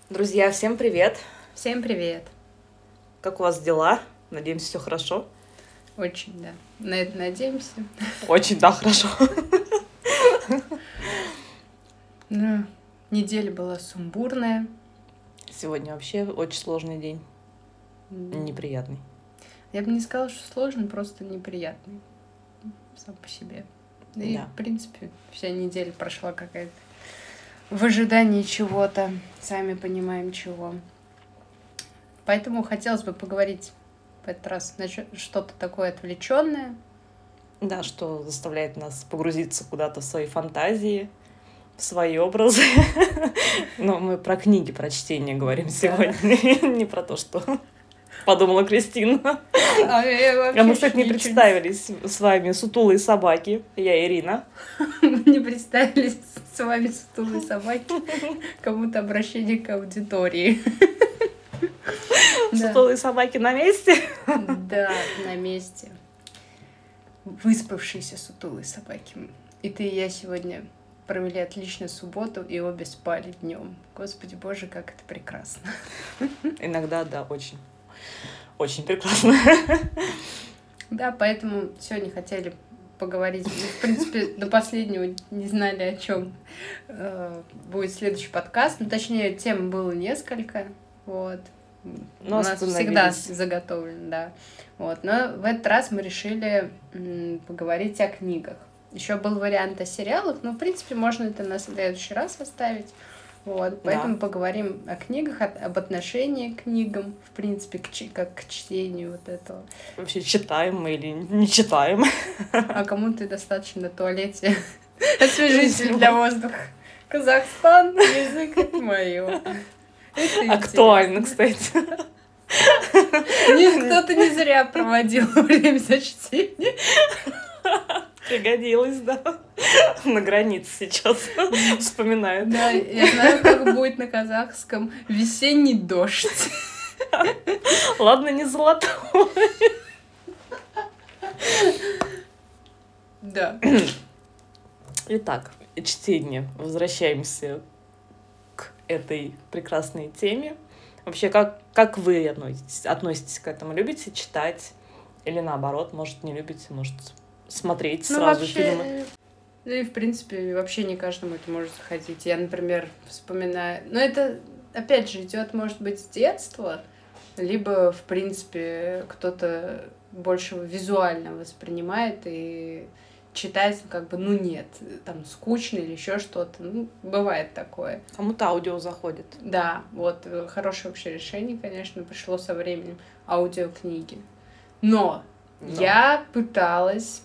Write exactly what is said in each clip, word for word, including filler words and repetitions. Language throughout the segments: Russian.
Друзья, всем привет! Всем привет! Как у вас дела? Надеемся, все хорошо? Очень, да. На это надеемся. Очень, да, хорошо. Ну, неделя была сумбурная. Сегодня вообще очень сложный день. Неприятный. Я бы не сказала, что сложный, просто неприятный сам по себе. И, Да. в принципе, вся неделя прошла какая-то в ожидании чего-то. Сами понимаем, чего. Поэтому хотелось бы поговорить в этот раз на что-то такое отвлеченное. Да, что заставляет нас погрузиться куда-то в свои фантазии, в свои образы. Но мы про книги, про чтение говорим сегодня, не про то, что подумала Кристина. А, а мы, кстати, не представились с вами сутулые собаки. Я Ирина. Мы не представились с вами сутулые собаки. Кому-то обращение к аудитории. Сутулые собаки на месте? Да, на месте. Выспавшиеся сутулые собаки. И ты и я сегодня провели отличную субботу и обе спали днем. Господи боже, как это прекрасно. Иногда, да, очень. Очень прекрасно. Да, поэтому сегодня хотели поговорить. Мы, в принципе, до последнего не знали, о чем э, будет следующий подкаст. Ну, точнее, тем было несколько. Вот. Но у нас всегда заготовлено, да. Вот. Но в этот раз мы решили м, поговорить о книгах. Еще был вариант о сериалах, но, в принципе, можно это на следующий раз оставить. Вот. Поэтому да. Поговорим о книгах, об отношении к книгам, в принципе, к, как к чтению вот этого. Вообще, читаем мы или не читаем. А кому-то достаточно на туалете освежитель для воздуха. Казахстан, язык это мое. Актуально, кстати. Кто-то не зря проводил время за чтением. Пригодилось, да. На границе сейчас вспоминают. Да, я знаю, как будет на казахском весенний дождь. Ладно, не золотой. Да. Итак, чтение. Возвращаемся к этой прекрасной теме. Вообще, как, как вы относитесь, относитесь к этому? Любите читать? Или наоборот, может, не любите, может, смотреть ну, сразу вообще... фильмы? Ну и, в принципе, вообще не каждому это может заходить. Я, например, вспоминаю... Ну, это, опять же, идет, может быть, с детства, либо, в принципе, кто-то больше визуально воспринимает и читать, как бы, ну, нет, там, скучно или еще что-то. Ну, бывает такое. Кому-то аудио заходит. Да, вот, хорошее вообще решение, конечно, пришло со временем аудиокниги. Но, Но. я пыталась...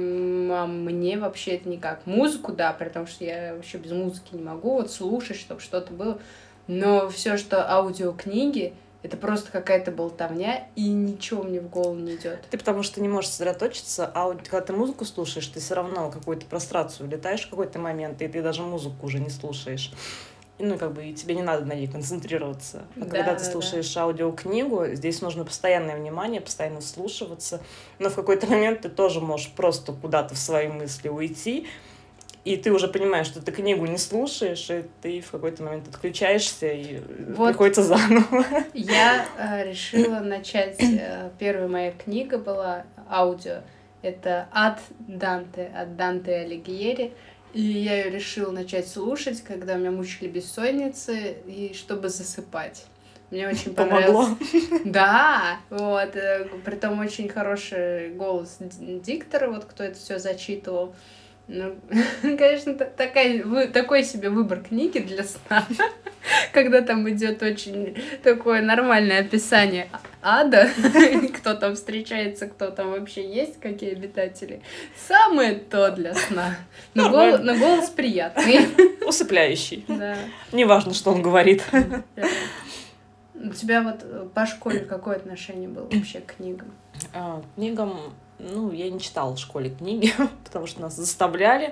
Мне вообще это никак. Музыку, да, при том, что я вообще без музыки не могу вот слушать, чтобы что-то было. Но все, что аудиокниги, это просто какая-то болтовня, и ничего мне в голову не идет. Ты потому что не можешь сосредоточиться, а когда ты музыку слушаешь, ты все равно в какую-то прострацию улетаешь в какой-то момент, и ты даже музыку уже не слушаешь. Ну, как бы, и тебе не надо на ней концентрироваться. А да, когда ты да, слушаешь да. аудиокнигу, здесь нужно постоянное внимание, постоянно вслушиваться. Но в какой-то момент ты тоже можешь просто куда-то в свои мысли уйти, и ты уже понимаешь, что ты книгу не слушаешь, и ты в какой-то момент отключаешься, и вот приходится заново. Я э, решила начать... Э, первая моя книга была аудио. Это «Ад Данте», от Данте Алигьери. И я ее решила начать слушать, когда меня мучили бессонницы, и чтобы засыпать. Мне очень понравилось. Помогло. Да, вот. Притом очень хороший голос диктора, вот кто это все зачитывал. Ну, конечно, такая, такой себе выбор книги для сна, когда там идет очень такое нормальное описание ада, кто там встречается, кто там вообще есть, какие обитатели. Самое то для сна. Но, гол, но голос приятный. Усыпляющий. Да. Неважно, что он говорит. Да. У тебя вот по школе какое отношение было вообще к книгам? А, книгам... Ну, я не читала в школе книги, потому что нас заставляли.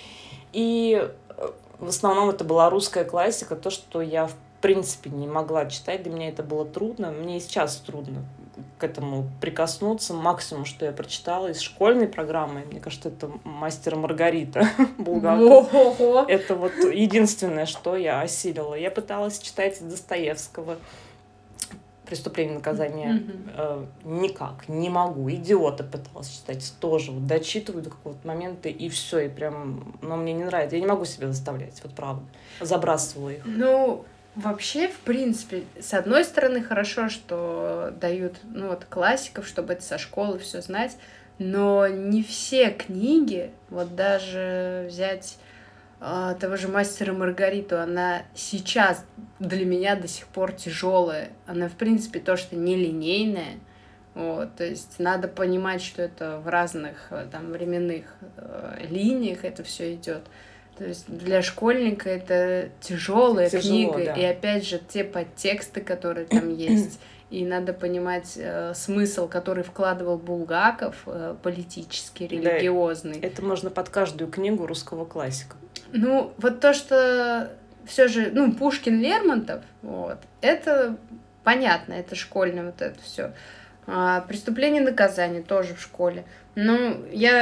И в основном это была русская классика, то, что я, в принципе, не могла читать. Для меня это было трудно. Мне и сейчас трудно к этому прикоснуться. Максимум, что я прочитала из школьной программы, мне кажется, это «Мастер и Маргарита» Булгаков. Ого! Это вот единственное, что я осилила. Я пыталась читать Достоевского «Преступление и наказание». Мгм. Э, никак, не могу. «Идиота» пыталась читать тоже. Вот дочитываю до какого-то момента, и все, и прям, но мне не нравится. Я не могу себя заставлять, вот правда. Забрасывала их. Ну, вообще, в принципе, с одной стороны, хорошо, что дают, ну, вот, классиков, чтобы это со школы все знать, но не все книги, вот даже взять а, того же «Мастера и Маргариту», она сейчас для меня до сих пор тяжелая. Она, в принципе, то, что нелинейная. Вот, то есть надо понимать, что это в разных э, там временных э, линиях это все идет. То есть для школьника это тяжелая Тяжело, книга, да. и опять же те подтексты, которые там есть. И надо понимать э, смысл, который вкладывал Булгаков, э, политический, Да, религиозный. это можно под каждую книгу русского классика. Ну, вот то, что все же, ну, Пушкин, Лермонтов, вот, это понятно, это школьное вот это все. А, «Преступление и наказание» тоже в школе. Ну,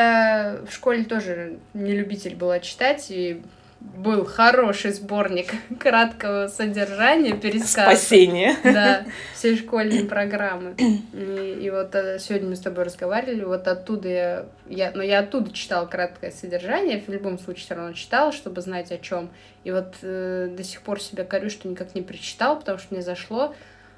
я в школе тоже не любитель была читать, и был хороший сборник краткого содержания, пересказ. Спасение. Да, всей школьной программы. И, и вот э, сегодня мы с тобой разговаривали, вот оттуда я, я, но я оттуда читала краткое содержание, в любом случае все равно читала, чтобы знать о чем. И вот э, до сих пор себя корю, что никак не прочитала, потому что мне зашло.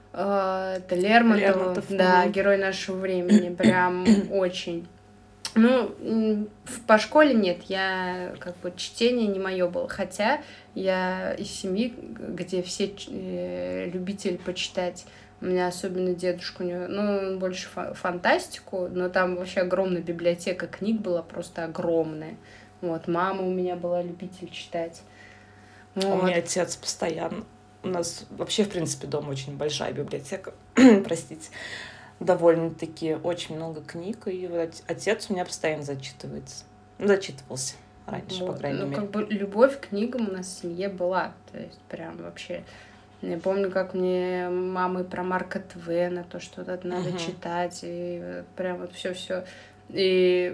Э, это Лермонтов, Лермонтов, да, мгм. герой нашего времени, прям очень. Ну, м, в- по школе нет, я как бы чтение не мое было, хотя я из семьи, где все ч- э, любители почитать. У меня особенно дедушка, у него, ну, он больше фа- фантастику, но там вообще огромная библиотека книг была, просто огромная. Вот, мама у меня была любитель читать. У Вот. меня отец постоянно. У нас вообще, в принципе, дома очень большая библиотека. Простите. Довольно-таки очень много книг. И вот от- отец у меня постоянно зачитывается. Ну, зачитывался раньше, по Вот. крайней Ну, мере. как бы любовь к книгам у нас в семье была. То есть прям вообще. Я помню, как мне мамы про Марка Твена, то, что вот это надо Мгм. читать, и вот прям вот все-все. И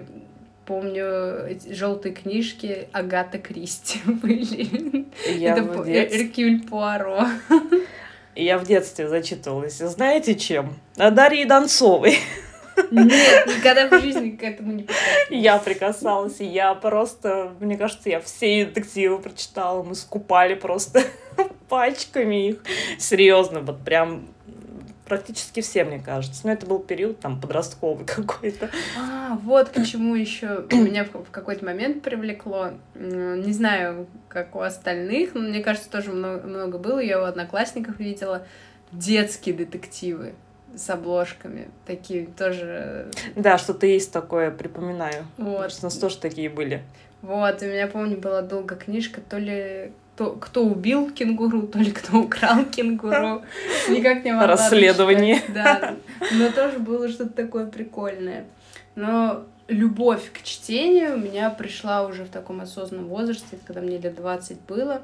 помню эти желтые книжки Агаты Кристи были. Я Это в по- детстве, Эркюль Пуаро. я в детстве зачитывалась. И знаете чем? На Дарьи Донцовой. Нет, никогда в жизни к этому не прикасалась. Я прикасалась, и я просто, мне кажется, я все детективы прочитала. Мы скупали просто пачками их. Серьезно, вот прям практически все, мне кажется. Но это был период там подростковый какой-то. А, вот к чему еще меня в в какой-то момент привлекло. М, Не знаю, как у остальных, но мне кажется, тоже много, много было. Я у одноклассников видела детские детективы с обложками. Такие тоже. Да, что-то есть такое, припоминаю. Вот. Может, у нас тоже такие были. Вот, у меня, помню, была долго книжка, то ли кто, кто убил кенгуру, то ли кто украл кенгуру. Никак не могла Расследование. дочитать. Да, но тоже было что-то такое прикольное. Но любовь к чтению у меня пришла уже в таком осознанном возрасте, когда мне лет двадцать было.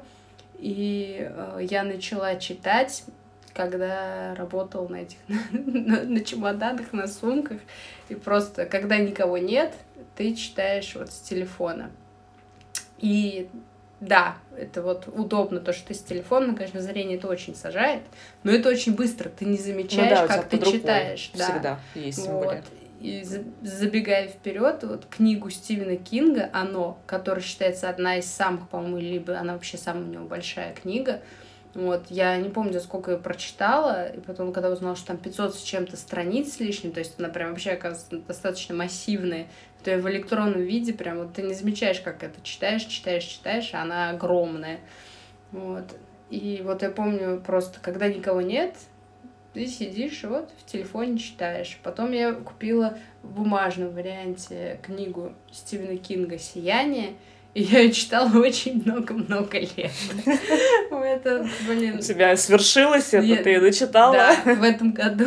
И э, я начала читать, когда работала на этих на, на чемоданах, на сумках. И просто, когда никого нет, ты читаешь вот с телефона. И да, это вот удобно, то, что ты с телефона, конечно, зрение это очень сажает, но это очень быстро, ты не Ну замечаешь, да, у тебя как ты под рукой читаешь. Да. всегда есть, тем Вот. более. И за- забегая вперед, вот книгу Стивена Кинга «Оно», которая считается одна из самых, по-моему, либо она вообще самая у него большая книга. Вот, я не помню, за сколько ее прочитала, и потом, когда узнала, что там пятьсот с чем-то страниц с лишним, то есть она прям вообще, оказывается, достаточно массивная, то и в электронном виде прям вот ты не замечаешь, как это читаешь, читаешь, читаешь, а она огромная. Вот. И вот я помню просто, когда никого нет, ты сидишь и вот в телефоне читаешь. Потом я купила в бумажном варианте книгу Стивена Кинга «Сияние», и я ее читала очень много-много лет. Это, блин... У тебя свершилось это, Я- ты дочитала? Да, в этом году.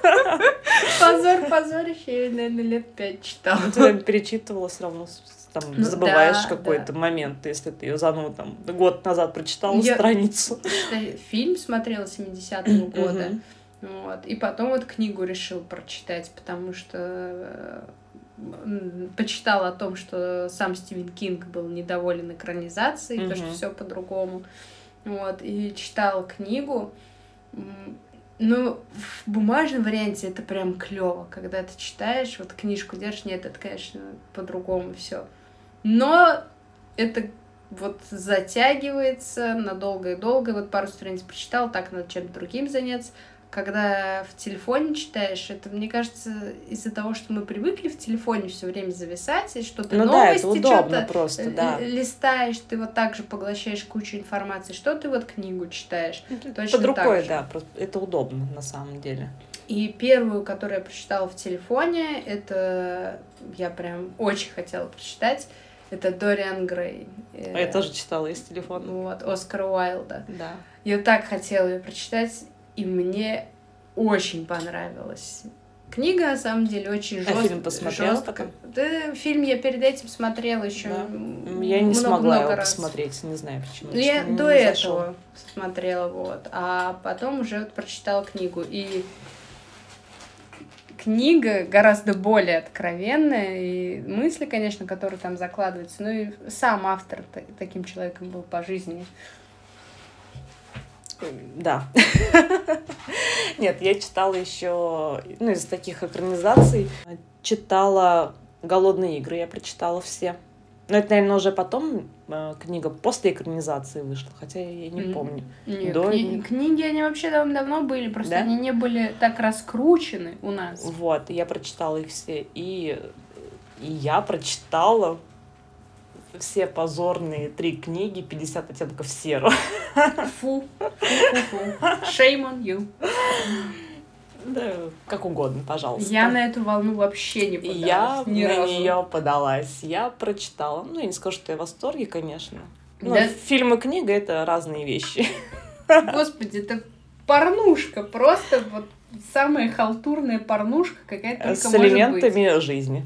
Позор, позорище, я ее, наверное, лет пять читала. Ну, ты перечитывала все равно, с- там, Ну, забываешь да, какой-то да. момент, если ты ее заново там год назад прочитала Я- страницу. Считай, фильм смотрела семидесятого года. Мгм. Вот. И потом вот книгу решил прочитать, потому что почитала о том, что сам Стивен Кинг был недоволен экранизацией, mm-hmm. то, что все по-другому. Вот. И читала книгу. Ну, в бумажном варианте это прям клево, когда ты читаешь, вот книжку держишь, нет, это, конечно, по-другому все. Но это вот затягивается надолго и долго. Вот пару страниц прочитала, так надо чем-то другим заняться. Когда в телефоне читаешь, это, мне кажется, из-за того, что мы привыкли в телефоне все время зависать, и что ты ну новости да, что-то просто, да. листаешь, ты вот так же поглощаешь кучу информации, что ты вот книгу читаешь. Точно под рукой, да, это удобно на самом деле. И первую, которую я прочитала в телефоне, это я прям очень хотела прочитать, это Дориан Грей. А я тоже читала из телефона. Вот, Оскара Уайльда. Да. Я так хотела ее прочитать, и мне очень понравилось. Книга, на самом деле, очень жесткая. А фильм посмотрела потом? Да, фильм я перед этим смотрела еще. Да. Я не много, смогла много его раз. посмотреть, не знаю почему. Я до этого смотрела, вот. А потом уже вот прочитала книгу. И книга гораздо более откровенная, и мысли, конечно, которые там закладываются, ну и сам автор таким человеком был по жизни. Да. Нет, я читала еще, ну, из таких экранизаций, читала «Голодные игры», я прочитала все. Но это, наверное, уже потом э, книга после экранизации вышла, хотя я не mm. помню. Нет, До... кни- книги, они вообще давно были, просто да? они не были так раскручены у нас. Вот, я прочитала их все, и, и я прочитала все позорные три книги «пятьдесят оттенков серого». Фу, фу-фу-фу. Shame on you. Да, как угодно, пожалуйста. Я на эту волну вообще не подалась. Я ни на разу. нее подалась. Я прочитала. Ну, я не скажу, что я в восторге, конечно. Но да? Фильм и книга — это разные вещи. Господи, это порнушка. Просто вот самая халтурная порнушка, какая только С может быть. С элементами жизни.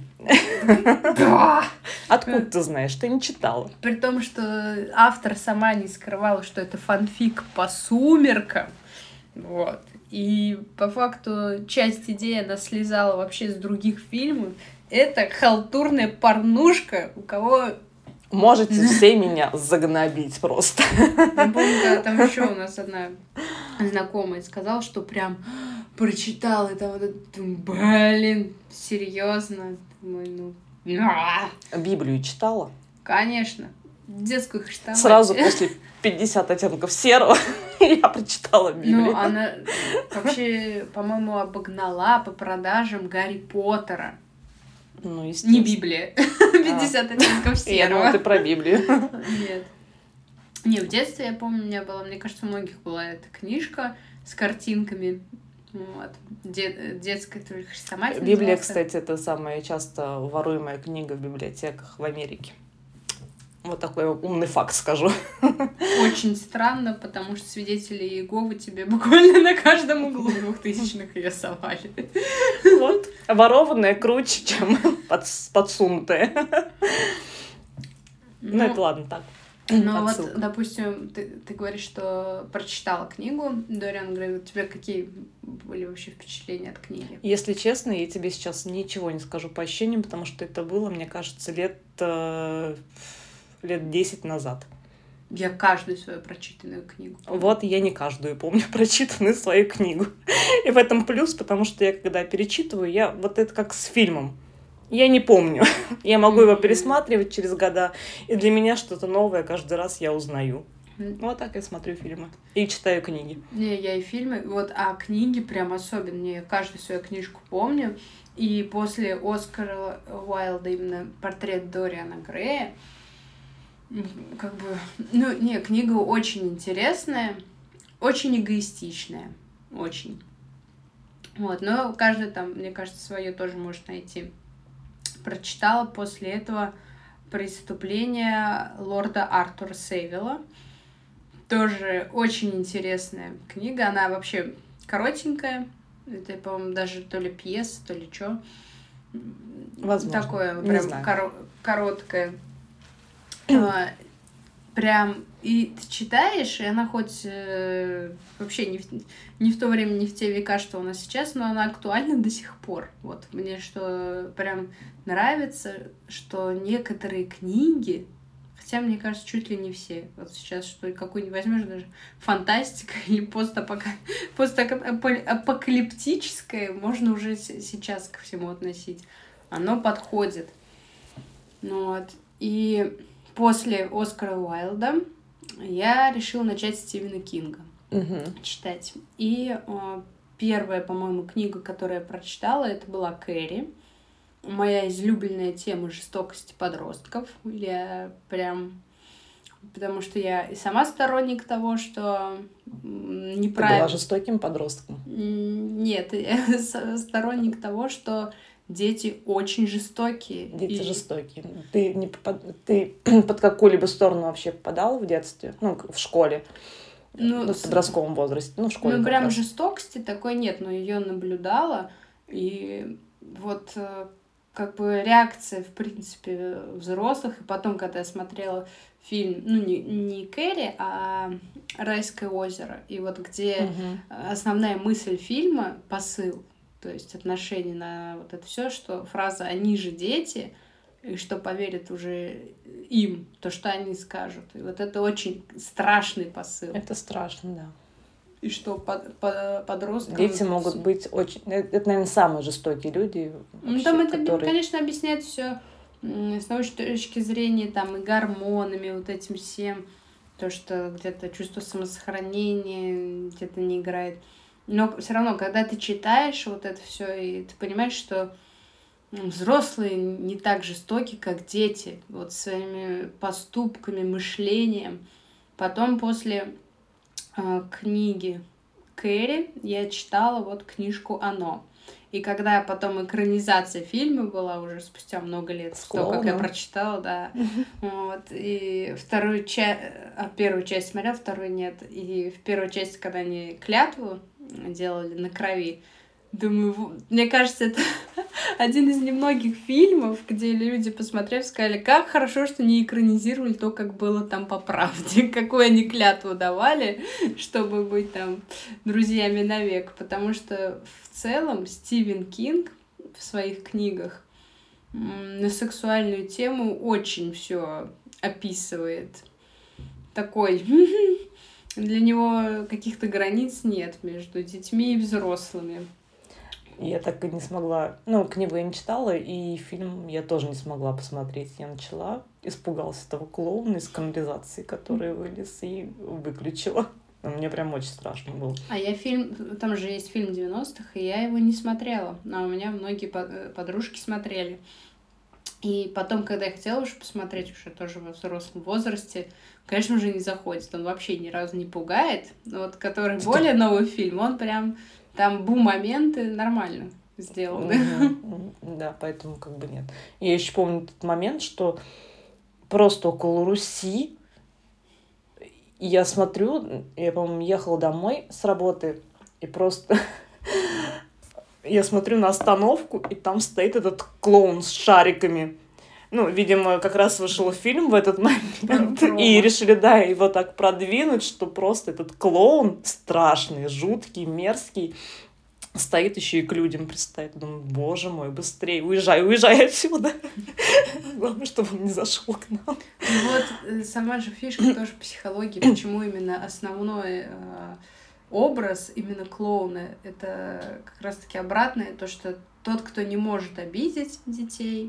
Да! Откуда ты знаешь? Ты не читала. При том, что автор сама не скрывала, что это фанфик по «Сумеркам». Вот. И по факту часть идеи она слезала вообще с других фильмов. Это халтурная порнушка, у кого... Можете все меня загнобить просто. Я помню, когда там еще у нас одна знакомая сказала, что прям прочитала это вот это, блин, серьезно. Думаю, ну... Библию читала? Конечно. Детскую хрестоматию. Сразу после «пятьдесят оттенков серого» я прочитала Библию. Ну, она вообще, по-моему, обогнала по продажам Гарри Поттера. Ну, естественно. Не Библия. «пятьдесят оттенков серого». Я думала, ты про Библию. Нет. Не, в детстве, я помню, у меня была, мне кажется, у многих была эта книжка с картинками. Вот. Дет, детская хрестоматия. Библия, называется. Кстати, это самая часто воруемая книга в библиотеках в Америке. Вот такой умный факт скажу. Очень странно, потому что свидетели Иеговы тебе буквально на каждом углу двухтысячных ее совали. Вот. Ворованная круче, чем подсунутая. Ну, это ладно, так. Ну вот, допустим, ты, ты говоришь, что прочитала книгу Дориан Грей. У тебя какие были вообще впечатления от книги? Если честно, я тебе сейчас ничего не скажу по ощущениям, потому что это было, мне кажется, лет, э, лет десять назад. Я каждую свою прочитанную книгу помню. Вот я не каждую помню прочитанную свою книгу. И в этом плюс, потому что я когда перечитываю, я вот это как с фильмом. Я не помню. Я могу его пересматривать через года, и для меня что-то новое каждый раз я узнаю. Вот так я смотрю фильмы и читаю книги. Не, я и фильмы, вот, а книги прям особенно. Я каждую свою книжку помню. И после Оскара Уайльда именно «Портрет Дориана Грея», как бы, ну, не, книга очень интересная, очень эгоистичная, очень. Вот, но каждый там, мне кажется, свое тоже может найти. Прочитала после этого «Преступление лорда Артура Сейвилла». Тоже очень интересная книга. Она вообще коротенькая. Это, по-моему, даже то ли пьеса, то ли что. Возможно. Такое Не прям знаю. коро- короткое. прям, и ты читаешь, и она хоть э, вообще не в, не в то время, не в те века, что у нас сейчас, но она актуальна до сих пор. Вот мне что прям нравится, что некоторые книги, хотя, мне кажется, чуть ли не все. Вот сейчас что какую-нибудь возьмешь даже фантастика или постапока... постапокалиптическое, можно уже сейчас ко всему относить. Оно подходит. Ну вот. И после Оскара Уайлда я решила начать Стивена Кинга Угу. читать. И э, первая, по-моему, книга, которую я прочитала, это была «Кэрри». Моя излюбленная тема жестокости подростков. Я прям... Потому что я и сама сторонник того, что неправильно... Ты была жестоким подростком? Нет, я сторонник того, что дети очень жестокие. Дети и... жестокие. Ты, не попад... ты под какую-либо сторону вообще попадала в детстве? Ну, в школе? Ну, ну в подростковом возрасте? Ну, в школе. Ну, прям раз. жестокости такой нет, но ее наблюдала. И вот как бы реакция, в принципе, взрослых. И потом, когда я смотрела фильм, ну, не, не «Кэрри», а «Райское озеро». И вот где угу. основная мысль фильма, посыл, то есть отношение на вот это все, что фраза «они же дети», и что поверят уже им, то, что они скажут. И вот это очень страшный посыл. Это страшно, да. И что под, под, подросткам... Дети могут быть очень... Это, наверное, самые жестокие люди. Вообще, ну, там это, которые... конечно, объясняет все с научной точки зрения, там, и гормонами, вот этим всем. То, что где-то чувство самосохранения где-то не играет. Но все равно, когда ты читаешь вот это все, и ты понимаешь, что взрослые не так жестоки, как дети, вот своими поступками, мышлением. Потом после э, книги «Кэрри» я читала вот книжку «Оно». И когда потом экранизация фильма была уже спустя много лет, то, как я прочитала, да, вот, и вторую часть, а первую часть смотрела, вторую нет, и в первой части, когда они клятву делали на крови, думаю, мне кажется, это один из немногих фильмов, где люди, посмотрев, сказали, как хорошо, что не экранизировали то, как было там по правде, какую они клятву давали, чтобы быть там друзьями навек. Потому что в целом Стивен Кинг в своих книгах на сексуальную тему очень все описывает. Такой... Для него каких-то границ нет между детьми и взрослыми. Я так и не смогла... Ну, книгу я не читала, и фильм я тоже не смогла посмотреть. Я начала, испугалась этого клоуна из канализации, который вылез, и выключила. Мне прям очень страшно было. А я фильм... Там же есть фильм девяностых, и я его не смотрела. А у меня многие подружки смотрели. И потом, когда я хотела уже посмотреть, уже тоже во взрослом возрасте, конечно, уже не заходит. Он вообще ни разу не пугает. Но вот который более новый фильм, он прям... Там бум-моменты нормально сделаны. Mm-hmm. Да, поэтому как бы нет. Я еще помню тот момент, что просто около Руси я смотрю, я, по-моему, ехала домой с работы, и просто я смотрю на остановку, и там стоит этот клоун с шариками. Ну, видимо, как раз вышел фильм в этот момент, и решили, да, его так продвинуть, что просто этот клоун страшный, жуткий, мерзкий, стоит еще и к людям пристает. Думаю, боже мой, быстрее, уезжай, уезжай отсюда. Главное, чтобы он не зашел к нам. Вот сама же фишка тоже психологии, почему именно основной образ именно клоуна, это как раз-таки обратное, то, что тот, кто не может обидеть детей,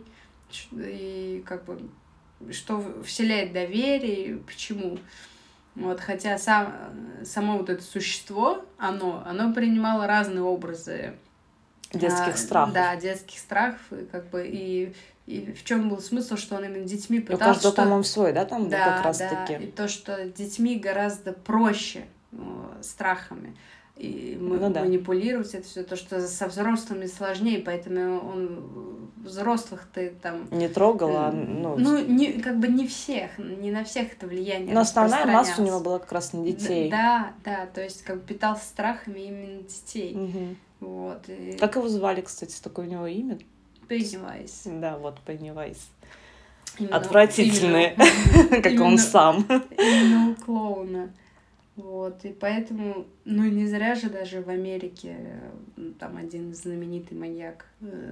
и как бы что вселяет доверие, почему. Вот, хотя сам, само вот это существо, оно, оно принимало разные образы. Детских а, страхов. Да, детских страхов, и, как бы, и, и в чем был смысл, что он именно детьми пытался... У каждого, что... по-моему, свой, да, там да, был как раз да, таки. И то, что детьми гораздо проще э, страхами. И ну, да. манипулировать это все, то, что со взрослыми сложнее, поэтому он взрослых ты там... Не трогала, ну... Ну, не, как бы не всех, не на всех это влияние. Но основная масса у него была как раз на детей. Да, да, то есть как бы питался страхами именно детей. Угу. Вот. И... Как его звали, кстати, такое у него имя? Пеннивайз. Да, вот, Пеннивайз. Именно, отвратительные, именно, как именно, он сам. Именно у клоуна. Вот, и поэтому, ну, не зря же даже в Америке там один знаменитый маньяк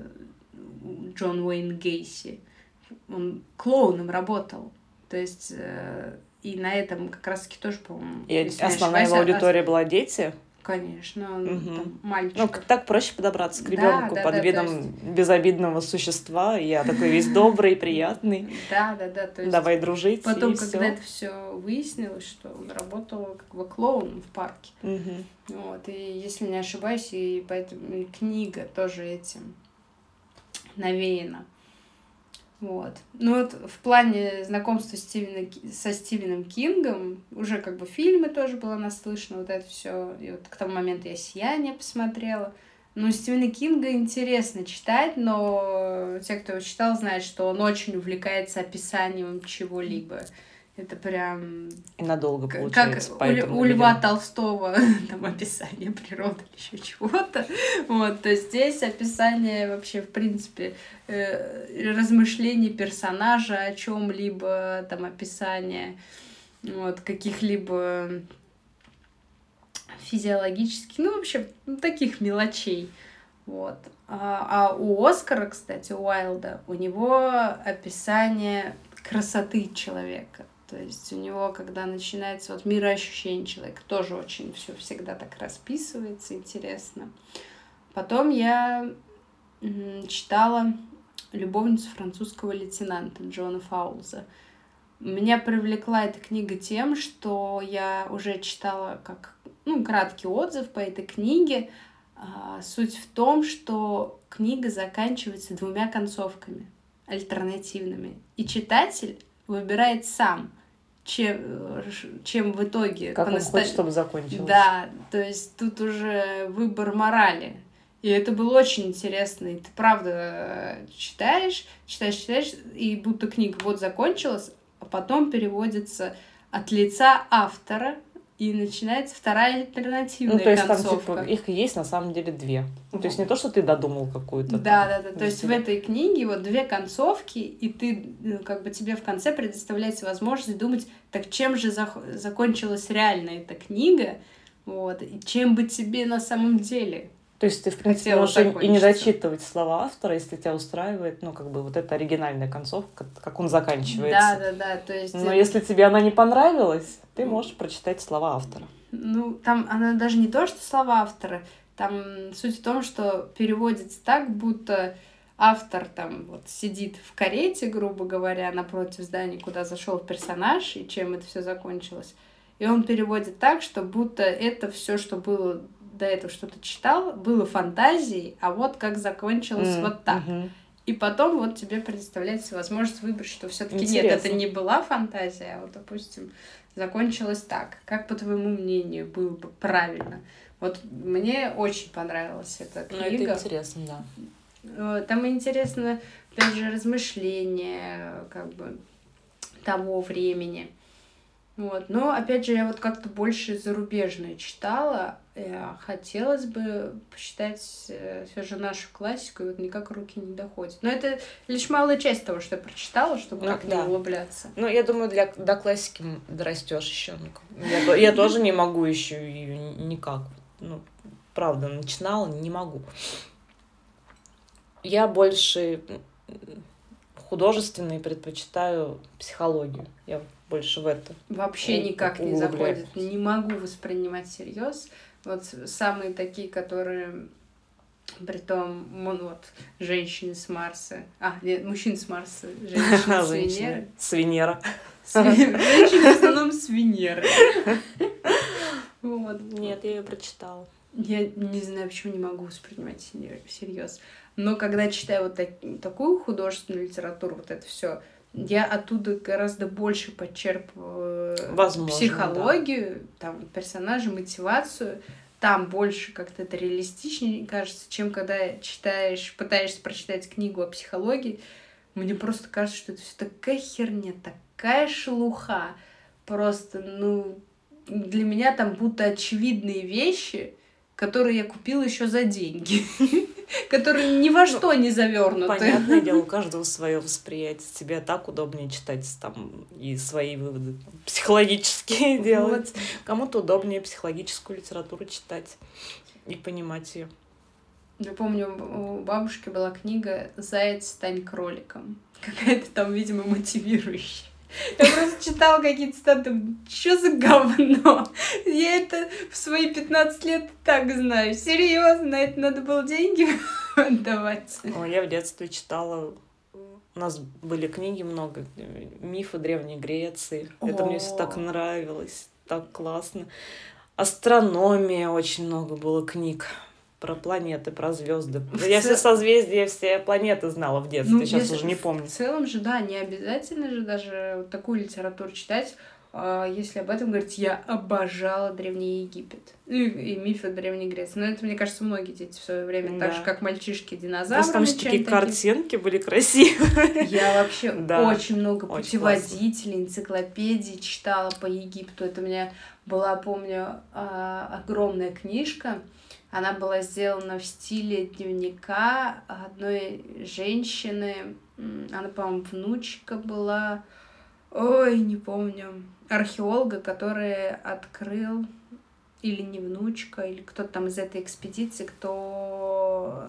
Джон Уэйн Гейси, он клоуном работал. То есть, э, и на этом как раз-таки тоже, по-моему, И если не основная ошибаюсь, его а- аудитория была дети. Конечно, он Мгм. там Ну, мальчик. к- так проще подобраться к Да, ребенку да, под да, то видом есть- безобидного существа. Я такой весь добрый, приятный. Да, да, да, то есть Давай дружить, потом, и когда все. это все выяснилось, что он работал как бы клоуном в парке. Мгм. Вот, и если не ошибаюсь, и поэтому и книга тоже этим навеяна. Вот. Ну вот в плане знакомства Стивена, Ки- со Стивеном Кингом уже как бы фильмы тоже было наслышано, вот это все. И вот к тому моменту я «Сияние» посмотрела. Ну, Стивена Кинга интересно читать, но те, кто его читал, знают, что он очень увлекается описанием чего-либо. Это прям И надолго к- как получается, у, Ль- поэтому, у Льва видимо. Толстого там описание природы или еще чего-то. Вот, то здесь описание вообще, в принципе, э, размышлений персонажа о чем-либо, там описание вот, каких-либо физиологических, ну, в общем, ну, таких мелочей. Вот. А, а у Оскара, кстати, у Уайлда, у него описание красоты человека. То есть у него, когда начинается вот мироощущение человека, тоже очень все всегда так расписывается, интересно. Потом я м, читала «Любовницу французского лейтенанта» Джона Фаулза. Меня привлекла эта книга тем, что я уже читала как ну, краткий отзыв по этой книге. А, Суть в том, что книга заканчивается двумя концовками альтернативными. И читатель выбирает сам, чем, чем в итоге... Как он по-наста- хочет, чтобы закончилось. Да, то есть тут уже выбор морали. И это было очень интересно. И ты правда читаешь, читаешь, читаешь, и будто книга вот закончилась, а потом переводится от лица автора, и начинается вторая альтернативная Ну, то есть концовка. там, типа, их есть на самом деле две. Ну, то есть не то, что ты додумал какую-то. Да, там да, да. То есть в версию. этой книге вот две концовки, и ты, ну, как бы тебе в конце предоставляется возможность думать, так чем же зах- закончилась реально эта книга, вот, и чем бы тебе на самом деле. То есть ты, в принципе, Хотела можешь и- и не закончиться. дочитывать слова автора, если тебя устраивает, ну, как бы вот эта оригинальная концовка, как он заканчивается. Да, да, да. То есть, Но э, если тебе она не понравилась, ты Ну. можешь прочитать слова автора. ну, там она даже не то, что слова автора, там суть в том, что переводится так, будто автор там вот сидит в карете, грубо говоря, напротив здания, куда зашел персонаж, и чем это все закончилось. И он переводит так, что будто это все, что было до этого, что ты читал, было фантазией, а вот как закончилось М, вот так. мгм. И потом вот тебе предоставляется возможность выбрать, что все-таки нет, Интересно. это не была фантазия, а вот, допустим, закончилось так. Как, по твоему мнению, было бы правильно? Вот мне очень понравилась эта Ну, это книга. интересно, да. Э, Там интересно, опять же, размышления, как бы, того времени. Вот. Но, опять же, я вот как-то больше зарубежное читала. Э, Хотелось бы почитать все же нашу классику, и вот никак руки не доходят. Но это лишь малая часть того, что я прочитала, чтобы Ну, как-то да. углубляться. Ну, я думаю, для, до классики дорастешь еще. Я, то- я тоже не могу еще ее никак. Ну, правда, начинала, не могу. Я больше м, художественные предпочитаю психологию. Я больше в это. Вообще Ну, никак не углубляюсь. заходит. Не могу воспринимать всерьез. Вот с- самые такие, которые притом, ну, вот, женщины с Марса. А, нет, мужчин с Марса, женщины с Венеры. Женщины. С Венера. Сви- Женщины в основном с Венеры. Вот. Нет, я ее прочитала. Я не знаю, почему не могу воспринимать всерьез. Но когда читаю вот так- такую художественную литературу, вот это все, я оттуда гораздо больше подчерпываю Возможно, психологию, там, персонажа, мотивацию. Там больше как-то это реалистичнее, кажется, чем когда читаешь, пытаешься прочитать книгу о психологии. Мне просто кажется, что это все такая херня, такая шелуха. Просто, ну, для меня там будто очевидные вещи, который я купила еще за деньги, который ни во что не завернуты. Понятное дело, у каждого свое восприятие. Тебе так удобнее читать там и свои выводы там, психологические делать. Вот. Кому-то удобнее психологическую литературу читать и понимать ее. Я помню, у бабушки была книга «Заяц, стань кроликом». Какая-то там, видимо, мотивирующая. Я просто читала какие-то статы, что за говно? Я это в свои пятнадцать лет так знаю. Серьезно, на это надо было деньги отдавать. Ой, я в детстве читала, у нас были книги много, мифы Древней Греции. Это мне все так нравилось, так классно. Астрономия, очень много было книг. Про планеты, про звезды. Я все созвездия, все планеты знала в детстве, ну, сейчас уже не помню. В целом же, да, не обязательно же даже вот такую литературу читать, если об этом говорить. Я обожала Древний Египет и, и мифы Древней Греции. Но это, мне кажется, многие дети в свое время, да. Так же, как мальчишки динозавры. Просто там такие картинки были красивые. Я вообще да. очень много очень путеводителей, классно. Энциклопедий читала по Египту. Это у меня была, помню, огромная книжка. Она была сделана в стиле дневника одной женщины. Она, по-моему, внучка была. Ой, не помню. Археолога, который открыл... Или не внучка, или кто-то там из этой экспедиции, кто...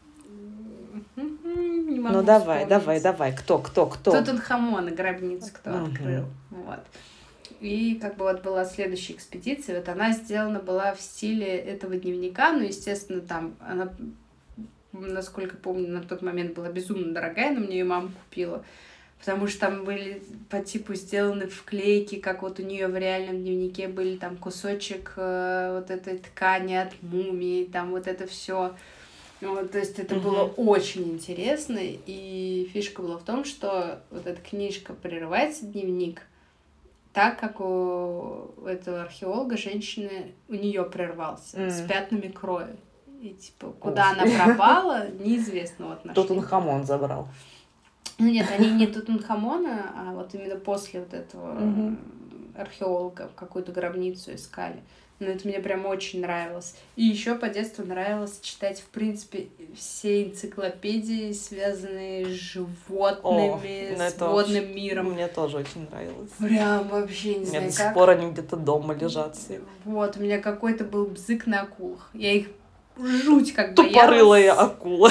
Не могу ну, давай, вспомнить. давай, давай. Кто, кто, кто? Тутанхамон, гробницу кто угу. открыл. Вот. И как бы вот была следующая экспедиция, вот она сделана была в стиле этого дневника, ну, естественно, там она, насколько помню, на тот момент была безумно дорогая, но мне ее мама купила, потому что там были по типу сделаны вклейки, как вот у нее в реальном дневнике были там кусочек э, вот этой ткани от мумии, там вот это все. Вот, то есть это mm-hmm. было очень интересно, и фишка была в том, что вот эта книжка прерывается, дневник, так как у этого археолога женщины, у нее прервался mm. с пятнами крови. И типа, куда oh. она пропала, неизвестно. Вот Тутанхамон забрал. Ну нет, они не Тутанхамона, а вот именно после вот этого mm-hmm. археолога какую-то гробницу искали. Но это мне прям очень нравилось. И еще по детству нравилось читать, в принципе, все энциклопедии, связанные с животными, О, с водным вообще... миром. Мне тоже очень нравилось. Прям вообще не знаю, Мне до как. сих пор они где-то дома лежат все. Вот, у меня какой-то был бзык на акулах. Я их жуть как боялась. Тупорылая акула.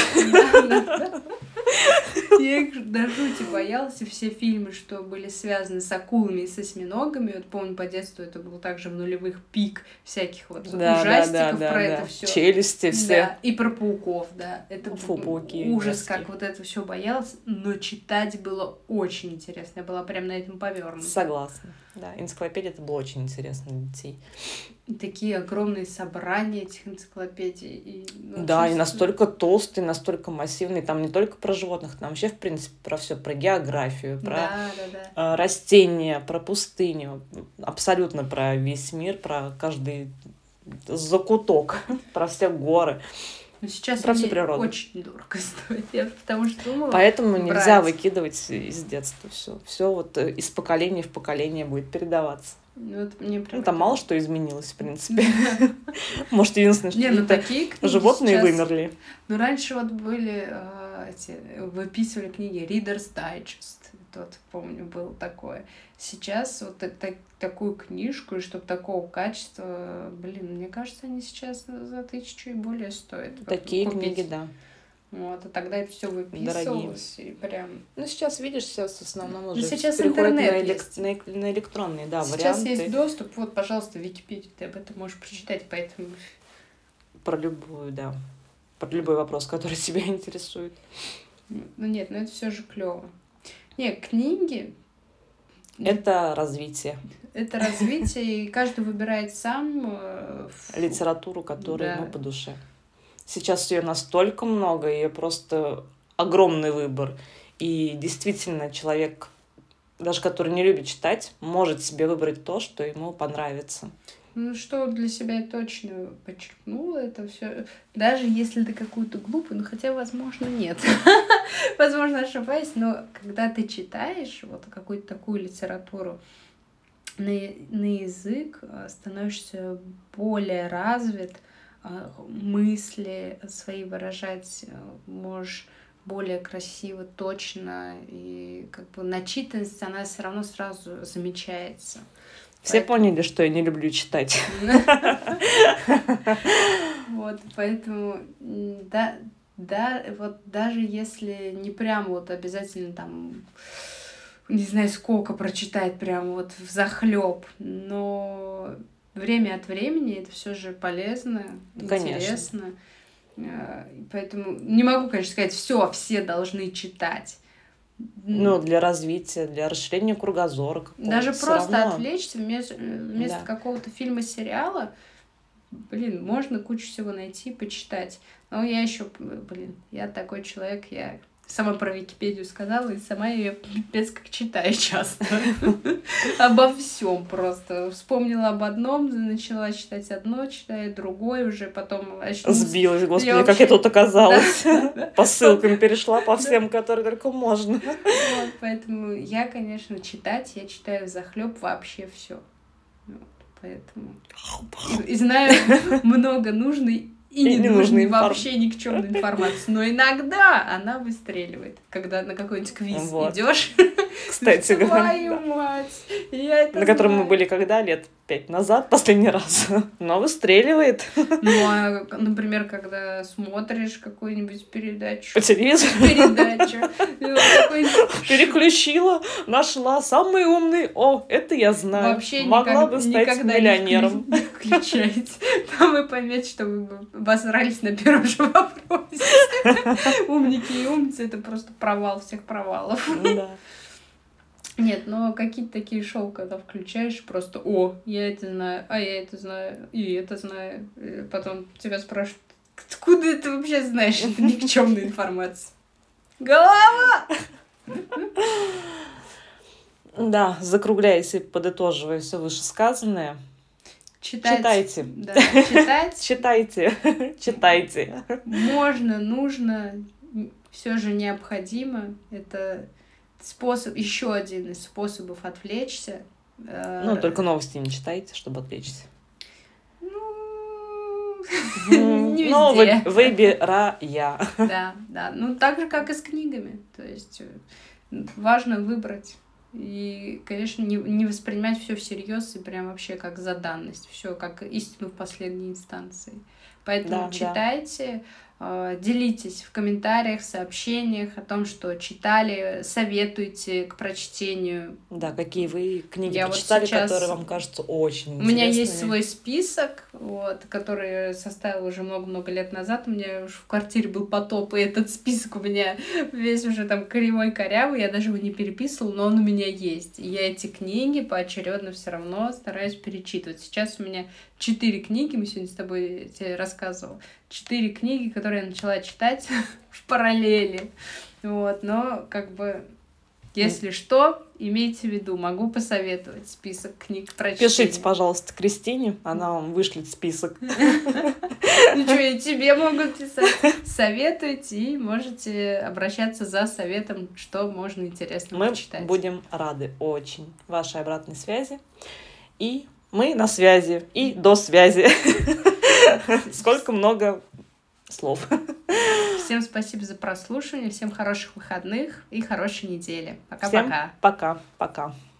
Я их до жути боялась, и все фильмы, что были связаны с акулами и с осьминогами, вот помню, по детству это был также в нулевых пик всяких вот да, ужастиков да, да, про да, это да. все. Челюсти все. Да, и про пауков, да. Это Фу, пауки, ужас, мерзкие. как вот это все боялась, но читать было очень интересно. Я была прям на этом повернута. Согласна. Да, энциклопедия это было очень интересно для детей. И такие огромные собрания этих энциклопедий. И, ну, да, чувствую... и настолько толстые, настолько массивные. Там не только про животных, там вообще, в принципе, про все, про географию, про да, да, да. растения, про пустыню. Абсолютно про весь мир, про каждый закуток, про все горы. Но сейчас про они всю природу. Очень дорого стоят, я потому что думала. Поэтому брать. Нельзя выкидывать из детства все. Все вот из поколения в поколение будет передаваться. Ну, вот мне прям ну, там мало что изменилось, в принципе. Может, единственное, что Не, ну, такие животные сейчас... вымерли. Ну, раньше вот были э, эти, выписывали книги Reader's Digest. Вот, помню, было такое. Сейчас вот так, так, такую книжку, и чтобы такого качества, блин, мне кажется, они сейчас за тысячу и более стоят. Такие купить. книги, да. Вот, а тогда это все выписывалось, дорогие. И прям... Ну, сейчас, видишь, сейчас в основном уже ну, сейчас переходят интернет на, элек... есть. на, на электронные, да, сейчас варианты. Сейчас есть доступ, вот, пожалуйста, в Википедии ты об этом можешь прочитать, поэтому... Про любую, да. Про любой вопрос, который тебя интересует. Ну, нет, ну это все же клево. Не, книги... Это развитие. Это развитие, и каждый выбирает сам... Литературу, которая ему по душе. Сейчас ее настолько много, ее просто огромный выбор. И действительно, человек, даже который не любит читать, может себе выбрать то, что ему понравится. Ну, что для себя я точно подчеркнула, это все. Даже если ты какую-то глупую, ну, хотя, возможно, нет. Возможно, ошибаюсь, но когда ты читаешь вот какую-то такую литературу, на, на язык становишься более развит, э, мысли свои выражать э, можешь более красиво, точно, и как бы начитанность, она все равно сразу замечается. Все Поэтому- поняли, что я не люблю читать. Вот, поэтому, м, да, да, вот даже если не прям вот обязательно там, не знаю, сколько прочитать прям вот взахлёб, но время от времени это все же полезно, Конечно. интересно. Э, и Поэтому не могу, конечно, сказать, все, все должны читать. Ну, для развития, для расширения кругозора какого-то. Даже Всё просто равно. отвлечься вместо, вместо Да. какого-то фильма, сериала, блин, можно кучу всего найти, почитать. Но я еще, блин, я такой человек, я сама про Википедию сказала, и сама ее пипец как читаю часто. Обо всем просто. Вспомнила об одном, начала читать одно, читаю другое, уже потом очнулась. Сбилась, господи, Я как вообще- я тут оказалась. Да. По ссылкам перешла, по всем, которые только можно. Вот, поэтому я, конечно, читать, я читаю взахлеб вообще все. Поэтому и, и знаю много нужной и, И ненужной ненужной информ- вообще никчемной информации. Но иногда она выстреливает, когда на какой-нибудь квиз Вот. идешь. Кстати говоря, Твою да. мать! Я это На котором мы знаю. были когда? Лет пять назад, последний раз. Но выстреливает Ну, а, например, когда смотришь какую-нибудь передачу. по телевизору. Передачу. и вот какой-нибудь- Переключила, нашла самый умный. О, это я знаю. Вообще Могла никак- бы стать никогда не миллионером. вклю- не включайте. Там вы поймете, что вы бы обосрались на первом же вопросе. Умники и умницы — это просто провал всех провалов. Да. Нет, но какие-то такие шоу, когда включаешь, просто «О, я это знаю, а я это знаю, и это знаю». И потом тебя спрашивают, откуда ты вообще знаешь? Это никчемная информация. Голова! Да, закругляясь и подытоживая все вышесказанное, Читать. читайте. Да, читать Читайте, читайте. можно, нужно, все же необходимо. Это способ, еще один из способов отвлечься. Э, Ну, только новости не читайте, чтобы отвлечься. Ну, М, не Ну, везде. вы- выбирая. Да, да. Ну, так же, как и с книгами. То есть э, важно выбрать. И, конечно, не, не воспринимать все всерьез и прям вообще как за данность. Все как истину в последней инстанции. Поэтому Да, да. читайте, э, делитесь в комментариях, в сообщениях о том, что читали, советуйте к прочтению. Да, какие вы книги Я вот прочитали, сейчас- которые вам кажутся очень У меня есть интересными. свой список, вот, который я составила уже много-много лет назад. У меня уже в квартире был потоп, и этот список у меня весь уже там кривой, корявый. Я даже его не переписывала, но он у меня есть. И я эти книги поочередно все равно стараюсь перечитывать. Сейчас у меня четыре книги, мы сегодня с тобой, я тебе рассказывала, четыре книги, которые я начала читать в параллели. Вот, но как бы... Если что, имейте в виду, могу посоветовать список книг про чтение. Пишите, пожалуйста, Кристине, она вам вышлет список. Ну что, и тебе могут писать. Советуйте, и можете обращаться за советом, что можно интересного Мы почитать. будем рады очень вашей обратной связи. И мы на связи, и до связи. Сколько много слов. Всем спасибо за прослушивание, всем хороших выходных и хорошей недели. Всем Пока-пока. пока. Пока.